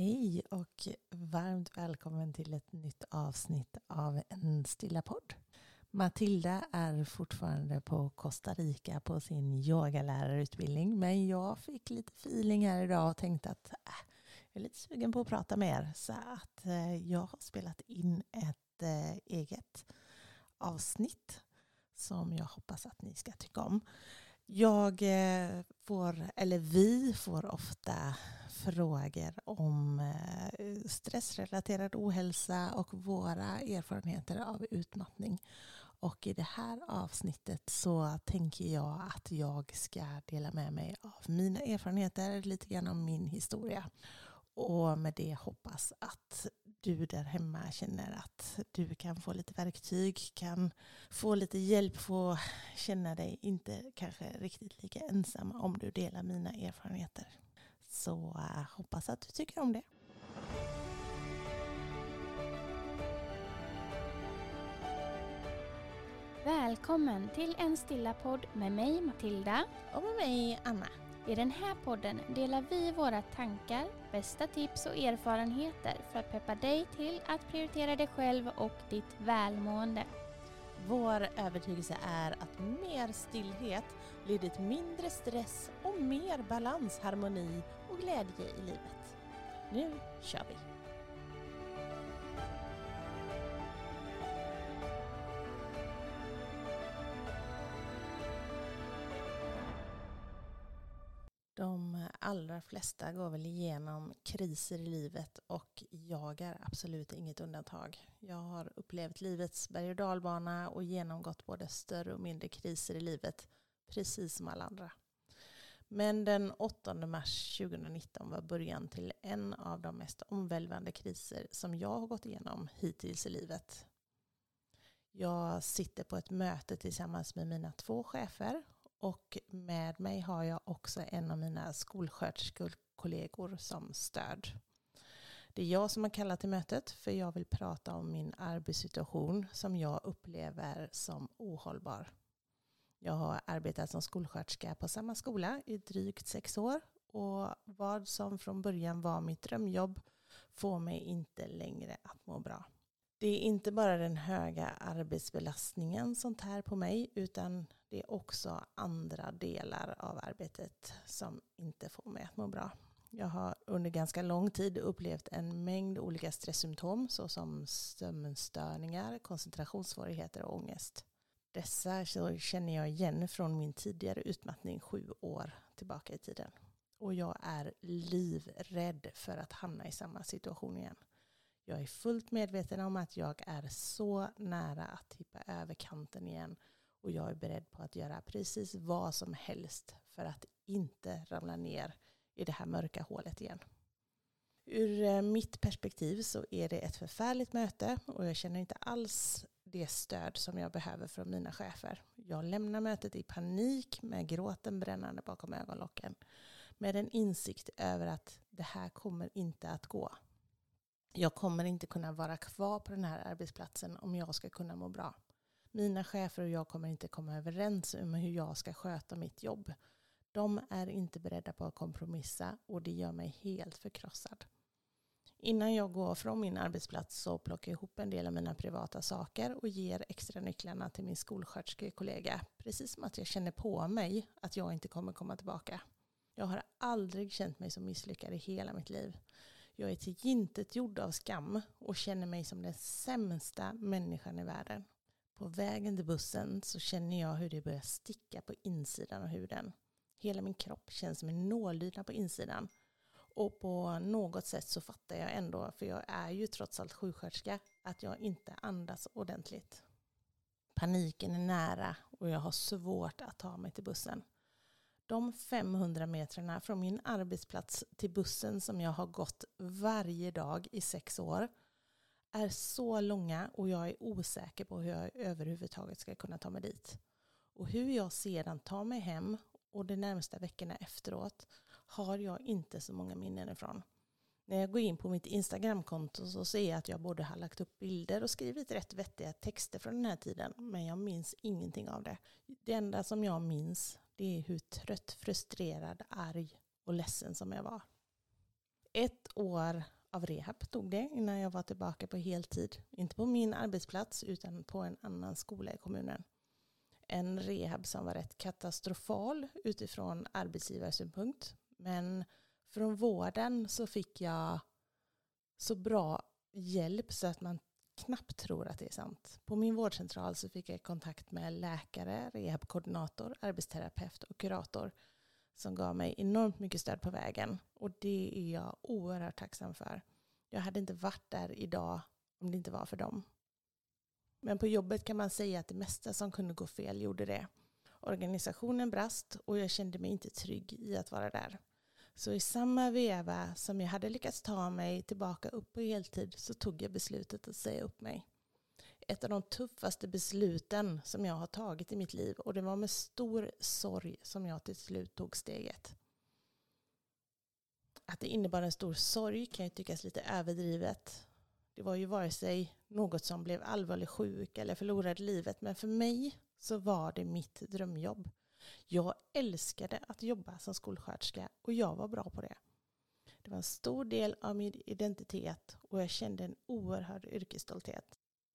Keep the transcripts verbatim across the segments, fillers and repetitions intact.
Hej och varmt välkommen till ett nytt avsnitt av En stilla podd. Matilda är fortfarande på Costa Rica på sin yogalärarutbildning, men jag fick lite feeling här idag och tänkte att äh, jag är lite sugen på att prata mer, så att äh, jag har spelat in ett äh, eget avsnitt som jag hoppas att ni ska tycka om. Jag äh, får, eller vi får ofta frågor om äh, stressrelaterad ohälsa och våra erfarenheter av utmattning. Och i det här avsnittet så tänker jag att jag ska dela med mig av mina erfarenheter, lite grann om min historia. Och med det hoppas att du där hemma känner att du kan få lite verktyg, kan få lite hjälp, få känna dig inte kanske riktigt lika ensam om du delar mina erfarenheter. Så uh, hoppas att du tycker om det. Välkommen till En stilla podd med mig Matilda och med mig Anna. I den här podden delar vi våra tankar, bästa tips och erfarenheter för att peppa dig till att prioritera dig själv och ditt välmående. Vår övertygelse är att mer stillhet leder till mindre stress och mer balans, harmoni och glädje i livet. Nu kör vi! De allra flesta går väl igenom kriser i livet och jag är absolut inget undantag. Jag har upplevt livets berg- och dalbana och genomgått både större och mindre kriser i livet, precis som alla andra. Men den åttonde mars tjugonitton var början till en av de mest omvälvande kriser som jag har gått igenom hittills i livet. Jag sitter på ett möte tillsammans med mina två chefer. Och med mig har jag också en av mina skolsköterskekollegor som stöd. Det är jag som har kallat till mötet för jag vill prata om min arbetssituation som jag upplever som ohållbar. Jag har arbetat som skolsköterska på samma skola i drygt sex år och vad som från början var mitt drömjobb får mig inte längre att må bra. Det är inte bara den höga arbetsbelastningen som tär på mig utan det är också andra delar av arbetet som inte får mig att må bra. Jag har under ganska lång tid upplevt en mängd olika stresssymptom såsom sömnstörningar, koncentrationssvårigheter och ångest. Dessa så känner jag igen från min tidigare utmattning sju år tillbaka i tiden. Och jag är livrädd för att hamna i samma situation igen. Jag är fullt medveten om att jag är så nära att tippa över kanten igen och jag är beredd på att göra precis vad som helst för att inte ramla ner i det här mörka hålet igen. Ur mitt perspektiv så är det ett förfärligt möte och jag känner inte alls det stöd som jag behöver från mina chefer. Jag lämnar mötet i panik med gråten brännande bakom ögonlocken med en insikt över att det här kommer inte att gå. Jag kommer inte kunna vara kvar på den här arbetsplatsen om jag ska kunna må bra. Mina chefer och jag kommer inte komma överens om hur jag ska sköta mitt jobb. De är inte beredda på att kompromissa och det gör mig helt förkrossad. Innan jag går från min arbetsplats så plockar jag ihop en del av mina privata saker och ger extra nycklarna till min skolsköterskekollega. Precis som att jag känner på mig att jag inte kommer komma tillbaka. Jag har aldrig känt mig så misslyckad i hela mitt liv. Jag är tillintetgjord av skam och känner mig som den sämsta människan i världen. På vägen till bussen så känner jag hur det börjar sticka på insidan av huden. Hela min kropp känns som en nåldyna på insidan. Och på något sätt så fattar jag ändå, för jag är ju trots allt sjuksköterska, att jag inte andas ordentligt. Paniken är nära och jag har svårt att ta mig till bussen. De femhundra metrarna från min arbetsplats till bussen som jag har gått varje dag i sex år är så långa och jag är osäker på hur jag överhuvudtaget ska kunna ta mig dit. Och hur jag sedan tar mig hem och de närmsta veckorna efteråt har jag inte så många minnen ifrån. När jag går in på mitt Instagramkonto så ser jag att jag både har lagt upp bilder och skrivit rätt vettiga texter från den här tiden, men jag minns ingenting av det. Det enda som jag minns det är hur trött, frustrerad, arg och ledsen som jag var. Ett år av rehab tog det innan jag var tillbaka på heltid. Inte på min arbetsplats utan på en annan skola i kommunen. En rehab som var rätt katastrofal utifrån arbetsgivarsynpunkt. Men från vården så fick jag så bra hjälp så att man knappt tror att det är sant. På min vårdcentral så fick jag kontakt med läkare, rehabkoordinator, arbetsterapeut och kurator som gav mig enormt mycket stöd på vägen. Och det är jag oerhört tacksam för. Jag hade inte varit där idag om det inte var för dem. Men på jobbet kan man säga att det mesta som kunde gå fel gjorde det. Organisationen brast och jag kände mig inte trygg i att vara där. Så i samma veva som jag hade lyckats ta mig tillbaka upp på heltid så tog jag beslutet att säga upp mig. Ett av de tuffaste besluten som jag har tagit i mitt liv, och det var med stor sorg som jag till slut tog steget. Att det innebar en stor sorg kan ju tyckas lite överdrivet. Det var ju vare sig något som blev allvarligt sjuk eller förlorade livet, men för mig så var det mitt drömjobb. Jag älskade att jobba som skolsköterska och jag var bra på det. Det var en stor del av min identitet och jag kände en oerhörd yrkesstolthet.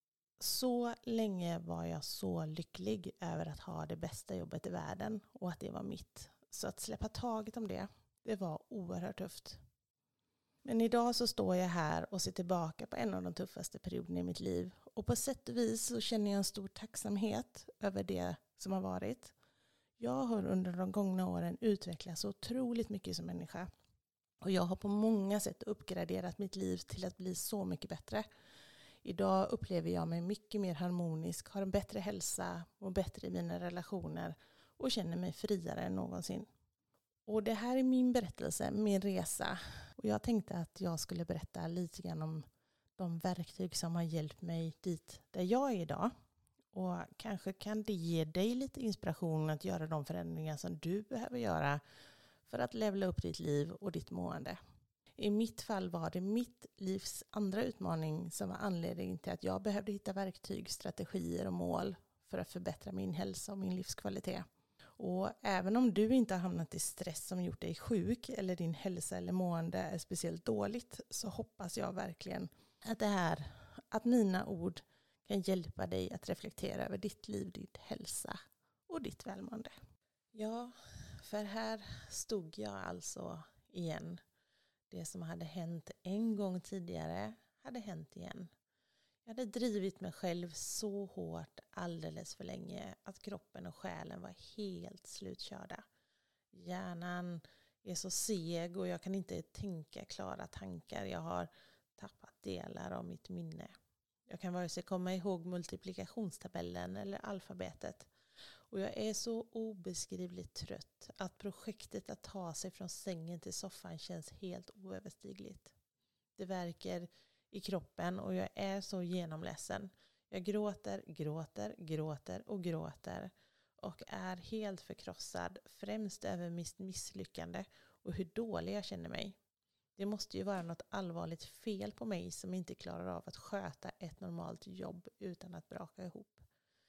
Så länge var jag så lycklig över att ha det bästa jobbet i världen och att det var mitt. Så att släppa taget om det, det var oerhört tufft. Men idag så står jag här och ser tillbaka på en av de tuffaste perioderna i mitt liv. Och på sätt och vis så känner jag en stor tacksamhet över det som har varit. Jag har under de gångna åren utvecklats så otroligt mycket som människa. Och jag har på många sätt uppgraderat mitt liv till att bli så mycket bättre. Idag upplever jag mig mycket mer harmonisk, har en bättre hälsa, mår bättre i mina relationer och känner mig friare än någonsin. Och det här är min berättelse, min resa. Och jag tänkte att jag skulle berätta lite grann om de verktyg som har hjälpt mig dit där jag är idag. Och kanske kan det ge dig lite inspiration att göra de förändringar som du behöver göra för att levla upp ditt liv och ditt mående. I mitt fall var det mitt livs andra utmaning som var anledningen till att jag behövde hitta verktyg, strategier och mål för att förbättra min hälsa och min livskvalitet. Och även om du inte har hamnat i stress som gjort dig sjuk eller din hälsa eller mående är speciellt dåligt, så hoppas jag verkligen att det här, att mina ord kan hjälpa dig att reflektera över ditt liv, ditt hälsa och ditt välmående. Ja, för här stod jag alltså igen. Det som hade hänt en gång tidigare hade hänt igen. Jag hade drivit mig själv så hårt alldeles för länge att kroppen och själen var helt slutkörda. Hjärnan är så seg och jag kan inte tänka klara tankar. Jag har tappat delar av mitt minne. Jag kan vare sig komma ihåg multiplikationstabellen eller alfabetet. Och jag är så obeskrivligt trött att projektet att ta sig från sängen till soffan känns helt oöverstigligt. Det verkar i kroppen och jag är så genomledsen. Jag gråter, gråter, gråter och gråter och är helt förkrossad, främst över mitt misslyckande och hur dålig jag känner mig. Det måste ju vara något allvarligt fel på mig som inte klarar av att sköta ett normalt jobb utan att braka ihop.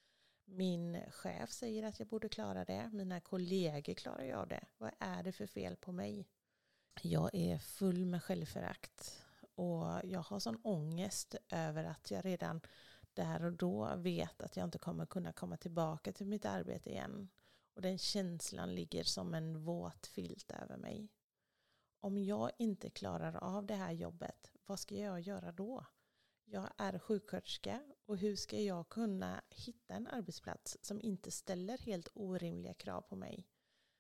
Min chef säger att jag borde klara det. Mina kollegor klarar ju av det. Vad är det för fel på mig? Jag är full med självförakt. Och jag har sån ångest över att jag redan där och då vet att jag inte kommer kunna komma tillbaka till mitt arbete igen. Och den känslan ligger som en våt filt över mig. Om jag inte klarar av det här jobbet, vad ska jag göra då? Jag är sjuksköterska och hur ska jag kunna hitta en arbetsplats som inte ställer helt orimliga krav på mig?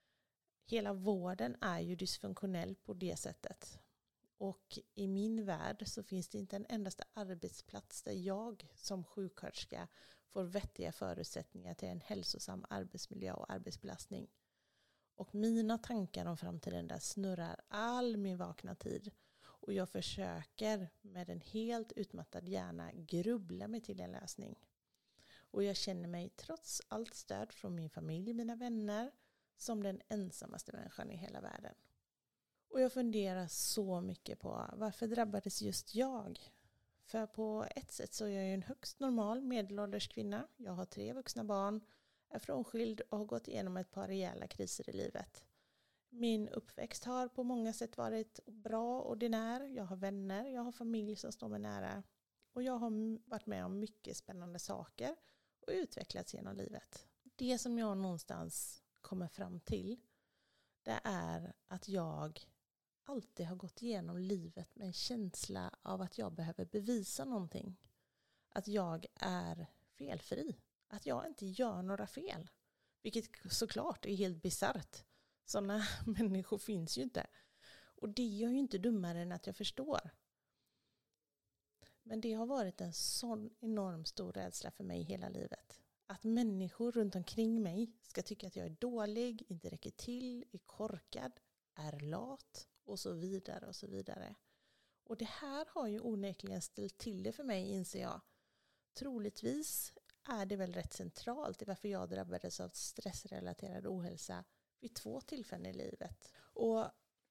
Hela vården är ju dysfunktionell på det sättet. Och i min värld så finns det inte en endaste arbetsplats där jag som sjuksköterska får vettiga förutsättningar till en hälsosam arbetsmiljö och arbetsbelastning. Och mina tankar om framtiden där snurrar all min vakna tid. Och jag försöker med en helt utmattad hjärna grubbla mig till en lösning. Och jag känner mig trots allt stöd från min familj och mina vänner som den ensammaste människan i hela världen. Och jag funderar så mycket på varför drabbades just jag? För på ett sätt så är jag ju en högst normal medelålders kvinna. Jag har tre vuxna barn, är frånskild och har gått igenom ett par rejäla kriser i livet. Min uppväxt har på många sätt varit bra och ordinär. Jag har vänner, jag har familj som står mig nära. Och jag har varit med om mycket spännande saker och utvecklats genom livet. Det som jag någonstans kommer fram till, det är att jag alltid har gått igenom livet med en känsla av att jag behöver bevisa någonting. Att jag är felfri. Att jag inte gör några fel. Vilket såklart är helt bisarrt. Sådana människor finns ju inte. Och det gör ju inte dummare än att jag förstår. Men det har varit en sån enorm stor rädsla för mig hela livet. Att människor runt omkring mig ska tycka att jag är dålig, inte räcker till, är korkad, är lat och så vidare och så vidare. Och det här har ju onekligen ställt till det för mig, inser jag. Troligtvis är det väl rätt centralt i varför jag drabbades av stressrelaterad ohälsa vid två tillfällen i livet. Och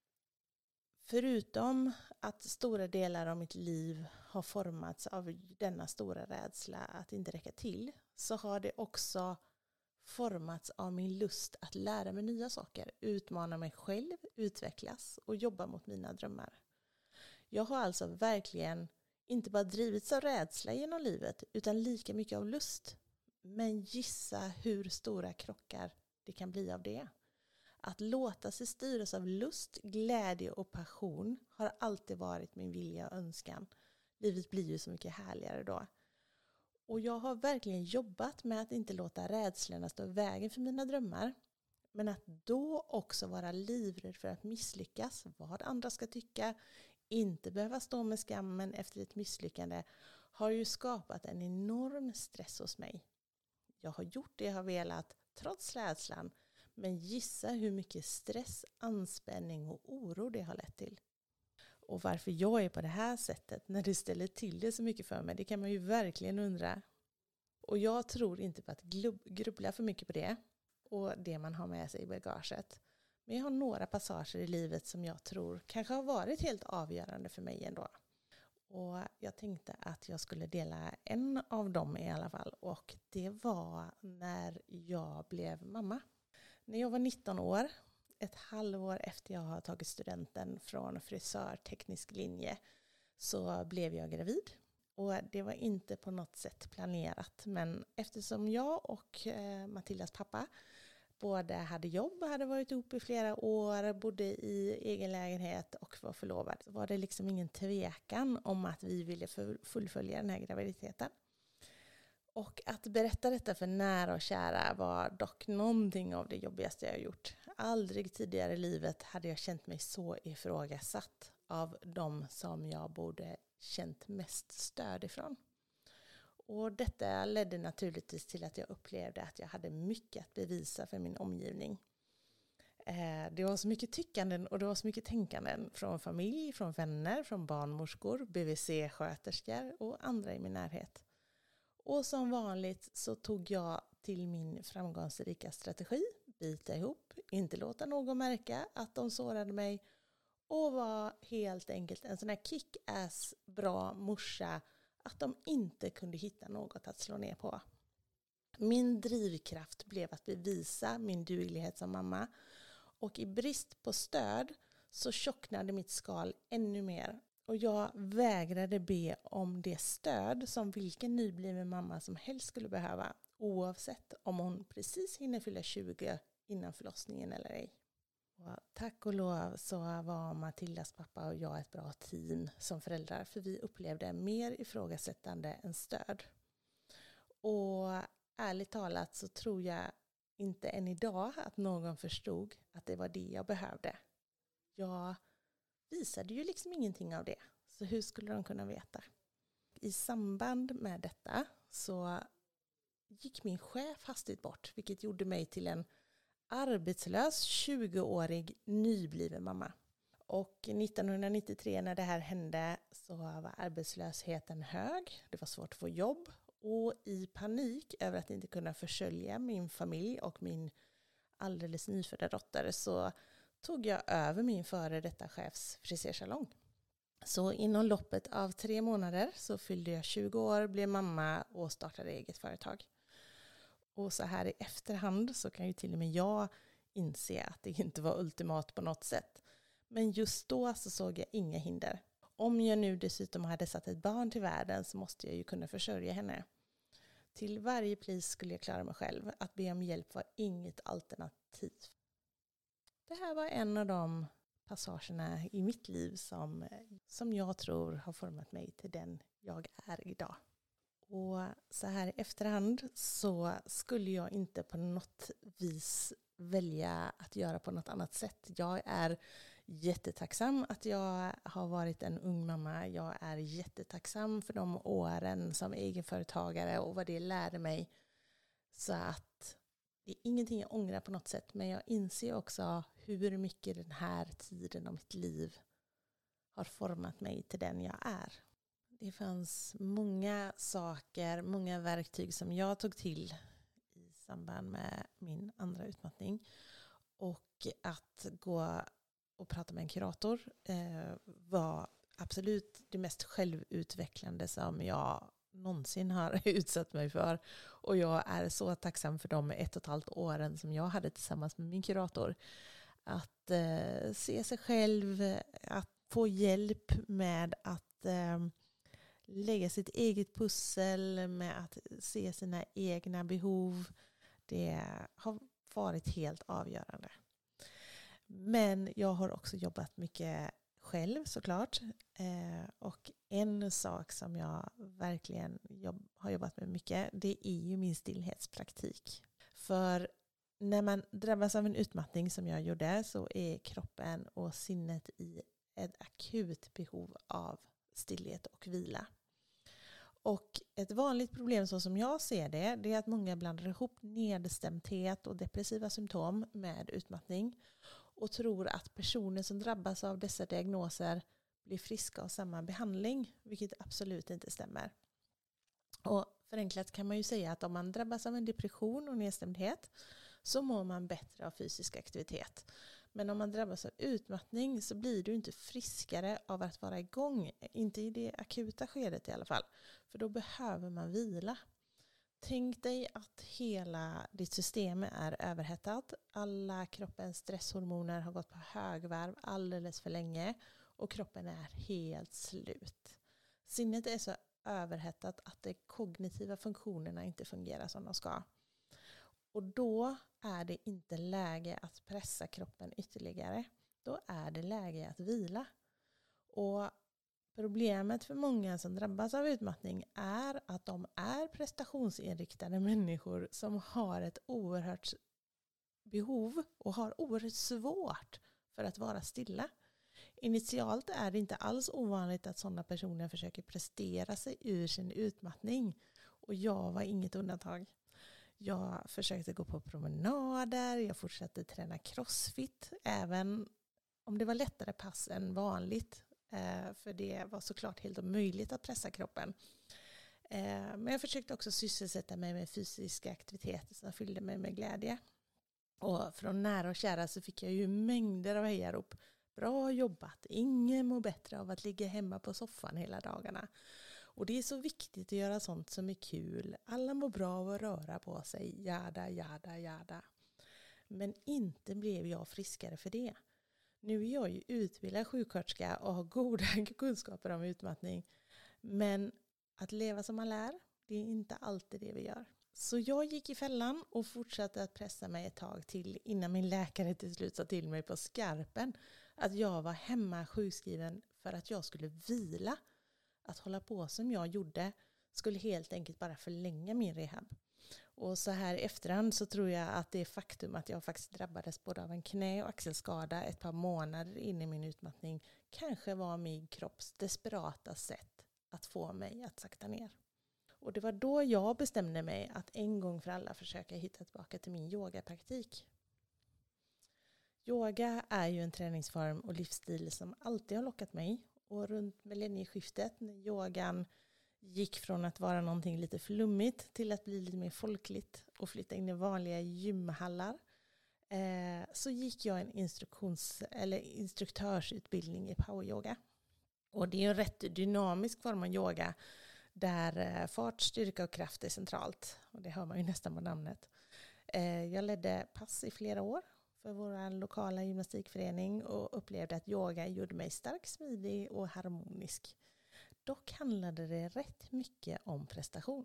förutom att stora delar av mitt liv har formats av denna stora rädsla att inte räcka till, så har det också formats av min lust att lära mig nya saker, utmana mig själv, utvecklas och jobba mot mina drömmar. Jag har alltså verkligen inte bara drivits av rädsla genom livet, utan lika mycket av lust. Men gissa hur stora krockar det kan bli av det. Att låta sig styras av lust, glädje och passion har alltid varit min vilja och önskan. Livet blir ju så mycket härligare då. Och jag har verkligen jobbat med att inte låta rädslorna stå i vägen för mina drömmar. Men att då också vara livrädd för att misslyckas, vad andra ska tycka, inte behöva stå med skammen efter ett misslyckande, har ju skapat en enorm stress hos mig. Jag har gjort det jag har velat, trots rädslan, men gissa hur mycket stress, anspänning och oro det har lett till. Och varför jag är på det här sättet när det ställer till det så mycket för mig, det kan man ju verkligen undra. Och jag tror inte på att grubbla för mycket på det och det man har med sig i bagaget. Men jag har några passager i livet som jag tror kanske har varit helt avgörande för mig ändå. Och jag tänkte att jag skulle dela en av dem i alla fall. Och det var när jag blev mamma. När jag var nitton år, ett halvår efter jag har tagit studenten från frisörteknisk linje, så blev jag gravid. Och det var inte på något sätt planerat. Men eftersom jag och eh, Matildas pappa båda hade jobb, hade varit ihop i flera år, bodde i egen lägenhet och var förlovad, så var det liksom ingen tvekan om att vi ville fullfölja den här graviditeten. Och att berätta detta för nära och kära var dock någonting av det jobbigaste jag har gjort. Aldrig tidigare i livet hade jag känt mig så ifrågasatt av de som jag borde känt mest stöd ifrån. Och detta ledde naturligtvis till att jag upplevde att jag hade mycket att bevisa för min omgivning. Eh, det var så mycket tyckanden och det var så mycket tänkanden från familj, från vänner, från barnmorskor, B V C-sköterskor och andra i min närhet. Och som vanligt så tog jag till min framgångsrika strategi, bita ihop, inte låta någon märka att de sårade mig och var helt enkelt en sån här kick-ass bra morsa att de inte kunde hitta något att slå ner på. Min drivkraft blev att bevisa min duglighet som mamma, och i brist på stöd så tjocknade mitt skal ännu mer. Och jag vägrade be om det stöd som vilken nybliven mamma som helst skulle behöva, oavsett om hon precis hinner fylla tjugo innan förlossningen eller ej. Och tack och lov så var Matildas pappa och jag ett bra team som föräldrar, för vi upplevde mer ifrågasättande än stöd. Och ärligt talat så tror jag inte än idag att någon förstod att det var det jag behövde. Jag visade ju liksom ingenting av det, så hur skulle de kunna veta? I samband med detta så gick min chef hastigt bort, vilket gjorde mig till en arbetslös tjugoårig nybliven mamma. Och nittonhundranittiotre när det här hände så var arbetslösheten hög. Det var svårt att få jobb. Och i panik över att inte kunna försörja min familj och min alldeles nyfödda dotter så tog jag över min före detta chefs frisersalong. Så inom loppet av tre månader så fyllde jag tjugo år, blev mamma och startade eget företag. Och så här i efterhand så kan ju till och med jag inse att det inte var ultimat på något sätt. Men just då så såg jag inga hinder. Om jag nu dessutom hade satt ett barn till världen så måste jag ju kunna försörja henne. Till varje pris skulle jag klara mig själv. Att be om hjälp var inget alternativ. Det här var en av de passagerna i mitt liv som, som jag tror har format mig till den jag är idag. Och så här i efterhand så skulle jag inte på något vis välja att göra på något annat sätt. Jag är jättetacksam att jag har varit en ung mamma. Jag är jättetacksam för de åren som egenföretagare och vad det lärde mig. Så att det är ingenting jag ångrar på något sätt. Men jag inser också hur mycket den här tiden av mitt liv har format mig till den jag är. Det fanns många saker, många verktyg som jag tog till i samband med min andra utmattning. Och att gå och prata med en kurator eh, var absolut det mest självutvecklande som jag någonsin har utsatt mig för. Och jag är så tacksam för de ett och ett halvt åren som jag hade tillsammans med min kurator. Att eh, se sig själv, att få hjälp med att eh, lägga sitt eget pussel, med att se sina egna behov. Det har varit helt avgörande. Men jag har också jobbat mycket själv såklart. Eh, och en sak som jag verkligen jobb, har jobbat med mycket, det är ju min stillhetspraktik. För när man drabbas av en utmattning som jag gjorde så är kroppen och sinnet i ett akut behov av stillhet och vila. Och ett vanligt problem så som jag ser det, det är att många blandar ihop nedstämdhet och depressiva symptom med utmattning och tror att personer som drabbas av dessa diagnoser blir friska av samma behandling, vilket absolut inte stämmer. Och förenklat kan man ju säga att om man drabbas av en depression och nedstämdhet så mår man bättre av fysisk aktivitet. Men om man drabbas av utmattning så blir du inte friskare av att vara igång. Inte i det akuta skedet i alla fall. För då behöver man vila. Tänk dig att hela ditt system är överhettat. Alla kroppens stresshormoner har gått på högvarv alldeles för länge. Och kroppen är helt slut. Sinnet är så överhettat att de kognitiva funktionerna inte fungerar som de ska. Och då är det inte läge att pressa kroppen ytterligare. Då är det läge att vila. Och problemet för många som drabbas av utmattning är att de är prestationsinriktade människor som har ett oerhört behov och har oerhört svårt för att vara stilla. Initialt är det inte alls ovanligt att sådana personer försöker prestera sig ur sin utmattning. Och jag var inget undantag. Jag försökte gå på promenader, jag fortsatte träna crossfit, även om det var lättare pass än vanligt. Eh, för det var såklart helt omöjligt att pressa kroppen. Eh, men jag försökte också sysselsätta mig med fysiska aktiviteter som fyllde mig med glädje. Och från nära och kära så fick jag ju mängder av hejarop. Bra jobbat, ingen mår bättre av att ligga hemma på soffan hela dagarna. Och det är så viktigt att göra sånt som är kul. Alla mår bra av att röra på sig. Jada, jada, jada. Men inte blev jag friskare för det. Nu är jag ju utbildad sjuksköterska och har goda kunskaper om utmattning. Men att leva som man lär, det är inte alltid det vi gör. Så jag gick i fällan och fortsatte att pressa mig ett tag till innan min läkare till slut sa till mig på skarpen att jag var hemma sjukskriven för att jag skulle vila. Att hålla på som jag gjorde skulle helt enkelt bara förlänga min rehab. Och så här i efterhand så tror jag att det faktum att jag faktiskt drabbades både av en knä- och axelskada ett par månader in i min utmattning kanske var min kropps desperata sätt att få mig att sakta ner. Och det var då jag bestämde mig att en gång för alla försöka hitta tillbaka till min yogapraktik. Yoga är ju en träningsform och livsstil som alltid har lockat mig. Och runt millennieskiftet när yogan gick från att vara någonting lite flummigt till att bli lite mer folkligt och flytta in i vanliga gymhallar eh, så gick jag en instruktions- eller instruktörsutbildning i poweryoga. Och det är en rätt dynamisk form av yoga där eh, fart, styrka och kraft är centralt. Och det hör man ju nästan på namnet. Eh, jag ledde pass i flera år för vår lokala gymnastikförening och upplevde att yoga gjorde mig stark, smidig och harmonisk. Dock handlade det rätt mycket om prestation.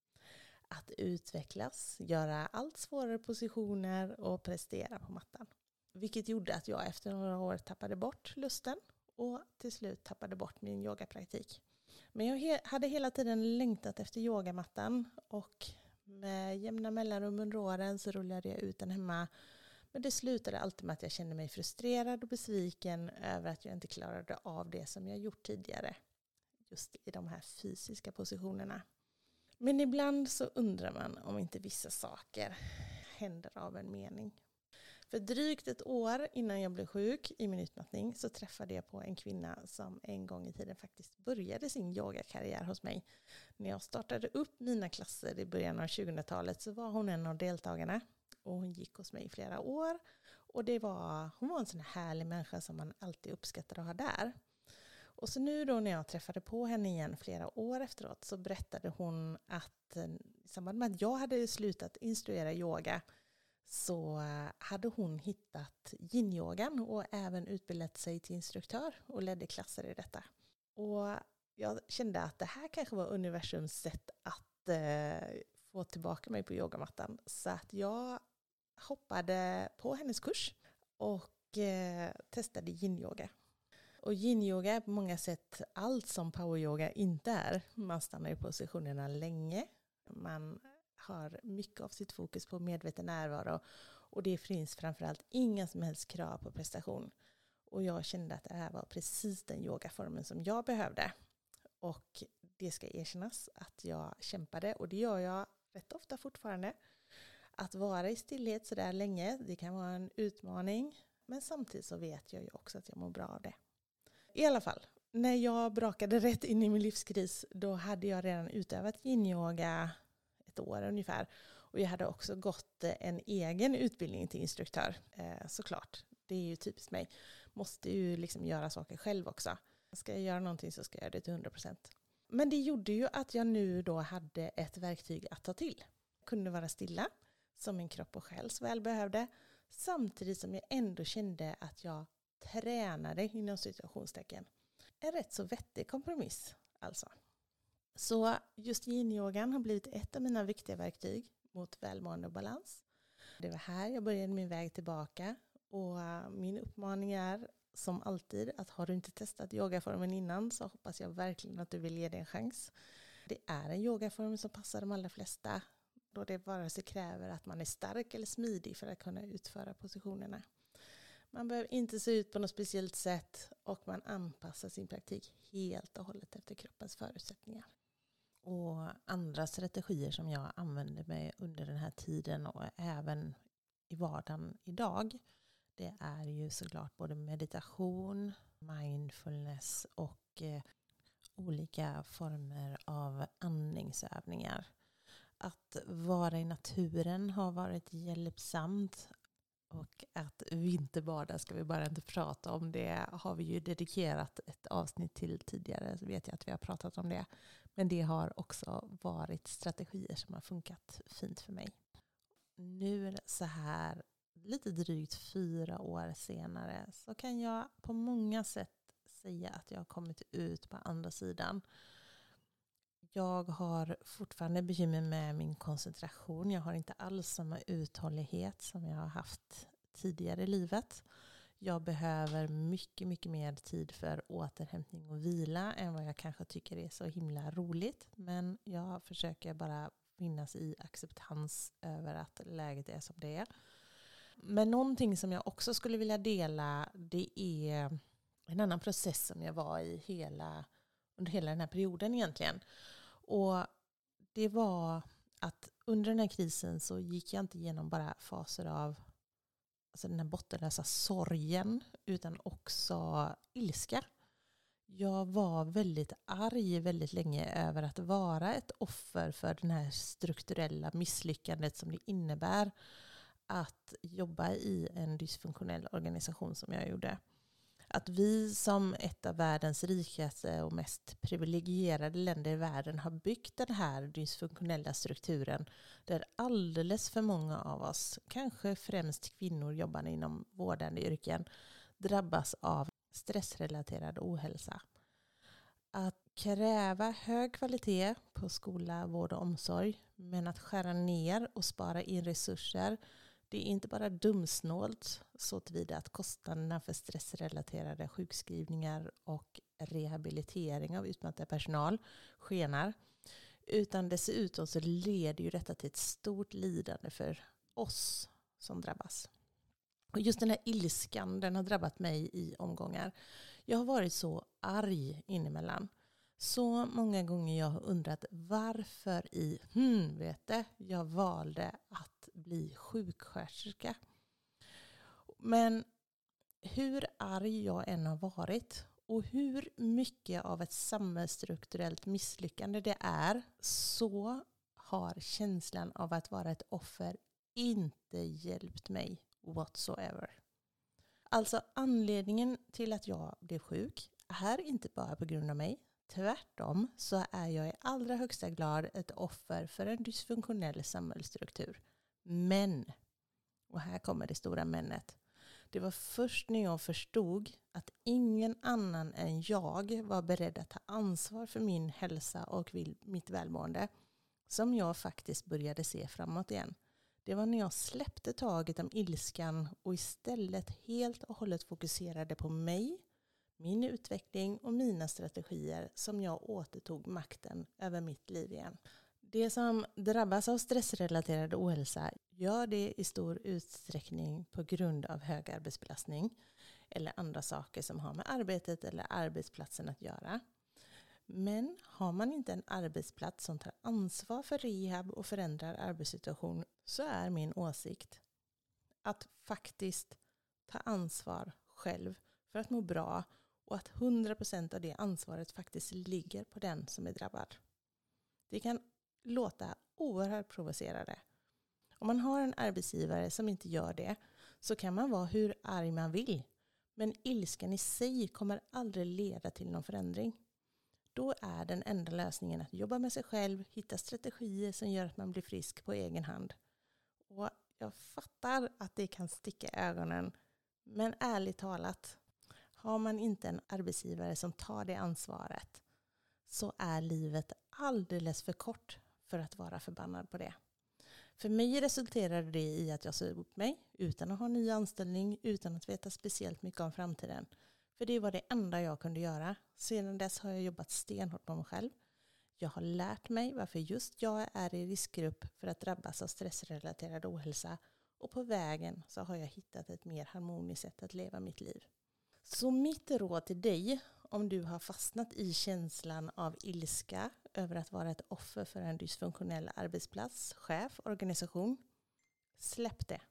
Att utvecklas, göra allt svårare positioner och prestera på mattan. Vilket gjorde att jag efter några år tappade bort lusten och till slut tappade bort min yogapraktik. Men jag he- hade hela tiden längtat efter yogamattan och med jämna mellanrum under åren så rullade jag ut den hemma. Men det slutade alltid med att jag kände mig frustrerad och besviken över att jag inte klarade av det som jag gjort tidigare. Just i de här fysiska positionerna. Men ibland så undrar man om inte vissa saker händer av en mening. För drygt ett år innan jag blev sjuk i min utmattning så träffade jag på en kvinna som en gång i tiden faktiskt började sin yogakarriär hos mig. När jag startade upp mina klasser i början av tjugohundratalet så var hon en av deltagarna. Och hon gick hos mig i flera år. Och det var, hon var en sån här härlig människa som man alltid uppskattade att ha där. Och så nu då när jag träffade på henne igen flera år efteråt så berättade hon att i samband med att jag hade slutat instruera yoga så hade hon hittat yin-yogan och även utbildat sig till instruktör och ledde klasser i detta. Och jag kände att det här kanske var universums sätt att eh, få tillbaka mig på yogamattan. Så att jag hoppade på hennes kurs och eh, testade yin-yoga. Och yin-yoga är på många sätt allt som power-yoga inte är. Man stannar i positionerna länge. Man har mycket av sitt fokus på medveten närvaro. Och det finns framförallt inga som helst krav på prestation. Och jag kände att det här var precis den yogaformen som jag behövde. Och det ska erkännas att jag kämpade. Och det gör jag rätt ofta fortfarande. Att vara i stillhet så där länge, det kan vara en utmaning. Men samtidigt så vet jag ju också att jag mår bra av det. I alla fall, när jag brakade rätt in i min livskris, då hade jag redan utövat yin-yoga ett år ungefär. Och jag hade också gått en egen utbildning till instruktör, eh, såklart. Det är ju typiskt mig. Måste ju liksom göra saker själv också. Ska jag göra någonting så ska jag göra det till hundra procent. Men det gjorde ju att jag nu då hade ett verktyg att ta till. Jag kunde vara stilla, som min kropp och själ så väl behövde. Samtidigt som jag ändå kände att jag tränade inom situationstecken. En rätt så vettig kompromiss alltså. Så just yin-yogan har blivit ett av mina viktiga verktyg mot välmående och balans. Det var här jag började min väg tillbaka. Och min uppmaning är som alltid att har du inte testat yogaformen innan så hoppas jag verkligen att du vill ge det en chans. Det är en yogaform som passar de allra flesta. Då det bara så kräver att man är stark eller smidig för att kunna utföra positionerna. Man behöver inte se ut på något speciellt sätt och man anpassar sin praktik helt och hållet efter kroppens förutsättningar. Och andra strategier som jag använder mig under den här tiden och även i vardagen idag, det är ju såklart både meditation, mindfulness och eh, olika former av andningsövningar. Att vara i naturen har varit hjälpsamt. Och att vinterbada ska vi bara inte prata om. Det har vi ju dedikerat ett avsnitt till tidigare. Så vet jag att vi har pratat om det. Men det har också varit strategier som har funkat fint för mig. Nu så här lite drygt fyra år senare så kan jag på många sätt säga att jag har kommit ut på andra sidan. Jag har fortfarande bekymmer med min koncentration. Jag har inte alls samma uthållighet som jag har haft tidigare i livet. Jag behöver mycket, mycket mer tid för återhämtning och vila än vad jag kanske tycker är så himla roligt. Men jag försöker bara finnas i acceptans över att läget är som det är. Men någonting som jag också skulle vilja dela, det är en annan process som jag var i hela, under hela den här perioden egentligen. Och det var att under den här krisen så gick jag inte igenom bara faser av alltså den här bottenlösa sorgen utan också ilska. Jag var väldigt arg väldigt länge över att vara ett offer för den här strukturella misslyckandet som det innebär att jobba i en dysfunktionell organisation som jag gjorde. Att vi som ett av världens rikaste och mest privilegierade länder i världen har byggt den här dysfunktionella strukturen där alldeles för många av oss, kanske främst kvinnor jobbande inom vårdande yrken, drabbas av stressrelaterad ohälsa. Att kräva hög kvalitet på skola, vård och omsorg, men att skära ner och spara in resurser, det är inte bara dumsnålt så tillvida att kostnaderna för stressrelaterade sjukskrivningar och rehabilitering av utmattad personal skenar, utan dessutom så leder ju detta till ett stort lidande för oss som drabbas. Och just den här ilskan, den har drabbat mig i omgångar. Jag har varit så arg inemellan. Så många gånger jag har undrat varför i helvete jag valde att bli sjuksköterska. Men hur arg jag än har varit och hur mycket av ett samhällsstrukturellt misslyckande det är, så har känslan av att vara ett offer inte hjälpt mig whatsoever. Alltså anledningen till att jag blev sjuk är inte bara på grund av mig. Tvärtom så är jag i allra högsta grad ett offer för en dysfunktionell samhällsstruktur. Men, och här kommer det stora männet, det var först när jag förstod att ingen annan än jag var beredd att ta ansvar för min hälsa och mitt välmående som jag faktiskt började se framåt igen. Det var när jag släppte taget om ilskan och istället helt och hållet fokuserade på mig, min utveckling och mina strategier som jag återtog makten över mitt liv igen. Det som drabbas av stressrelaterad ohälsa gör det i stor utsträckning på grund av hög arbetsbelastning eller andra saker som har med arbetet eller arbetsplatsen att göra. Men har man inte en arbetsplats som tar ansvar för rehab och förändrar arbetssituation, så är min åsikt att faktiskt ta ansvar själv för att må bra och att hundra procent av det ansvaret faktiskt ligger på den som är drabbad. Det kan låta oerhört provocerande. Om man har en arbetsgivare som inte gör det så kan man vara hur arg man vill. Men ilskan i sig kommer aldrig leda till någon förändring. Då är den enda lösningen att jobba med sig själv, hitta strategier som gör att man blir frisk på egen hand. Och jag fattar att det kan sticka i ögonen, men ärligt talat, har man inte en arbetsgivare som tar det ansvaret så är livet alldeles för kort för att vara förbannad på det. För mig resulterade det i att jag sa upp mig utan att ha ny anställning, utan att veta speciellt mycket om framtiden. För det var det enda jag kunde göra. Sedan dess har jag jobbat stenhårt på mig själv. Jag har lärt mig varför just jag är i riskgrupp för att drabbas av stressrelaterad ohälsa. Och på vägen så har jag hittat ett mer harmoniskt sätt att leva mitt liv. Så mitt råd till dig, om du har fastnat i känslan av ilska över att vara ett offer för en dysfunktionell arbetsplats, chef, organisation. Släpp det.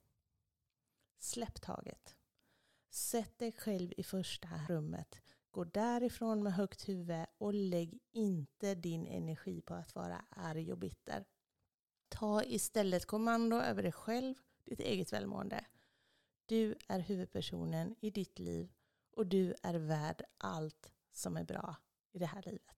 Släpp taget. Sätt dig själv i första rummet. Gå därifrån med högt huvud och lägg inte din energi på att vara arg och bitter. Ta istället kommando över dig själv, ditt eget välmående. Du är huvudpersonen i ditt liv och du är värd allt som är bra i det här livet.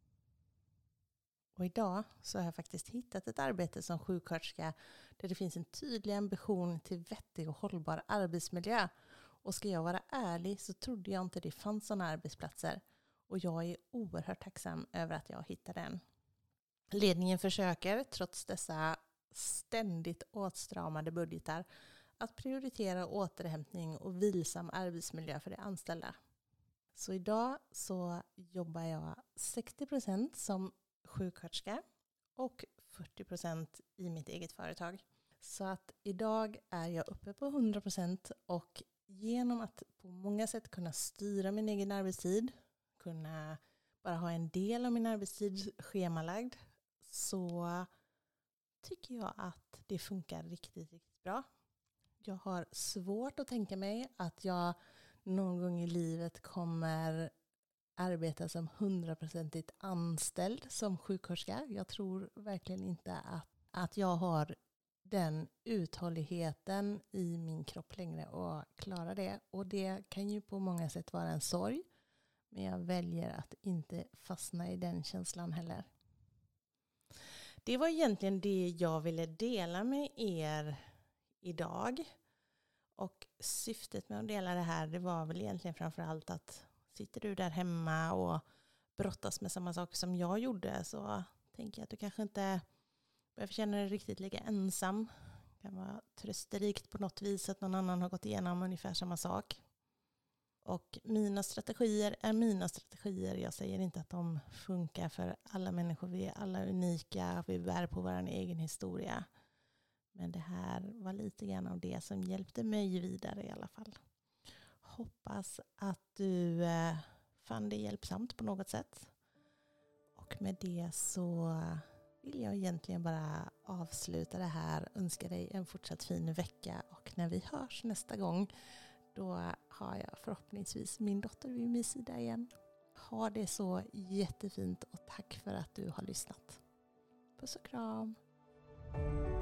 Och idag så har jag faktiskt hittat ett arbete som sjuksköterska där det finns en tydlig ambition till vettig och hållbar arbetsmiljö. Och ska jag vara ärlig så trodde jag inte det fanns sådana arbetsplatser. Och jag är oerhört tacksam över att jag hittade den. Ledningen försöker, trots dessa ständigt åtstramade budgetar, att prioritera återhämtning och vilsam arbetsmiljö för de anställda. Så idag så jobbar jag sextio procent som sjuksköterska och fyrtio procent i mitt eget företag. Så att idag är jag uppe på hundra procent och genom att på många sätt kunna styra min egen arbetstid, kunna bara ha en del av min arbetstid schemalagd, så tycker jag att det funkar riktigt, riktigt bra. Jag har svårt att tänka mig att jag någon gång i livet kommer arbeta som hundraprocentigt anställd som sjuksköterska. Jag tror verkligen inte att, att jag har den uthålligheten i min kropp längre och klara det. Och det kan ju på många sätt vara en sorg. Men jag väljer att inte fastna i den känslan heller. Det var egentligen det jag ville dela med er idag. Och syftet med att dela det här, det var väl egentligen framförallt att sitter du där hemma och brottas med samma saker som jag gjorde, så tänker jag att du kanske inte behöver känna dig riktigt lika ensam. Det kan vara trösterikt på något vis att någon annan har gått igenom ungefär samma sak. Och mina strategier är mina strategier. Jag säger inte att de funkar för alla människor. Vi är alla unika. Vi bär på vår egen historia. Men det här var lite grann av det som hjälpte mig vidare i alla fall. Hoppas att du eh, fann det hjälpsamt på något sätt. Och med det så vill jag egentligen bara avsluta det här. Önska dig en fortsatt fin vecka. Och när vi hörs nästa gång, då har jag förhoppningsvis min dotter vid min sida igen. Ha det så jättefint och tack för att du har lyssnat. Puss och kram.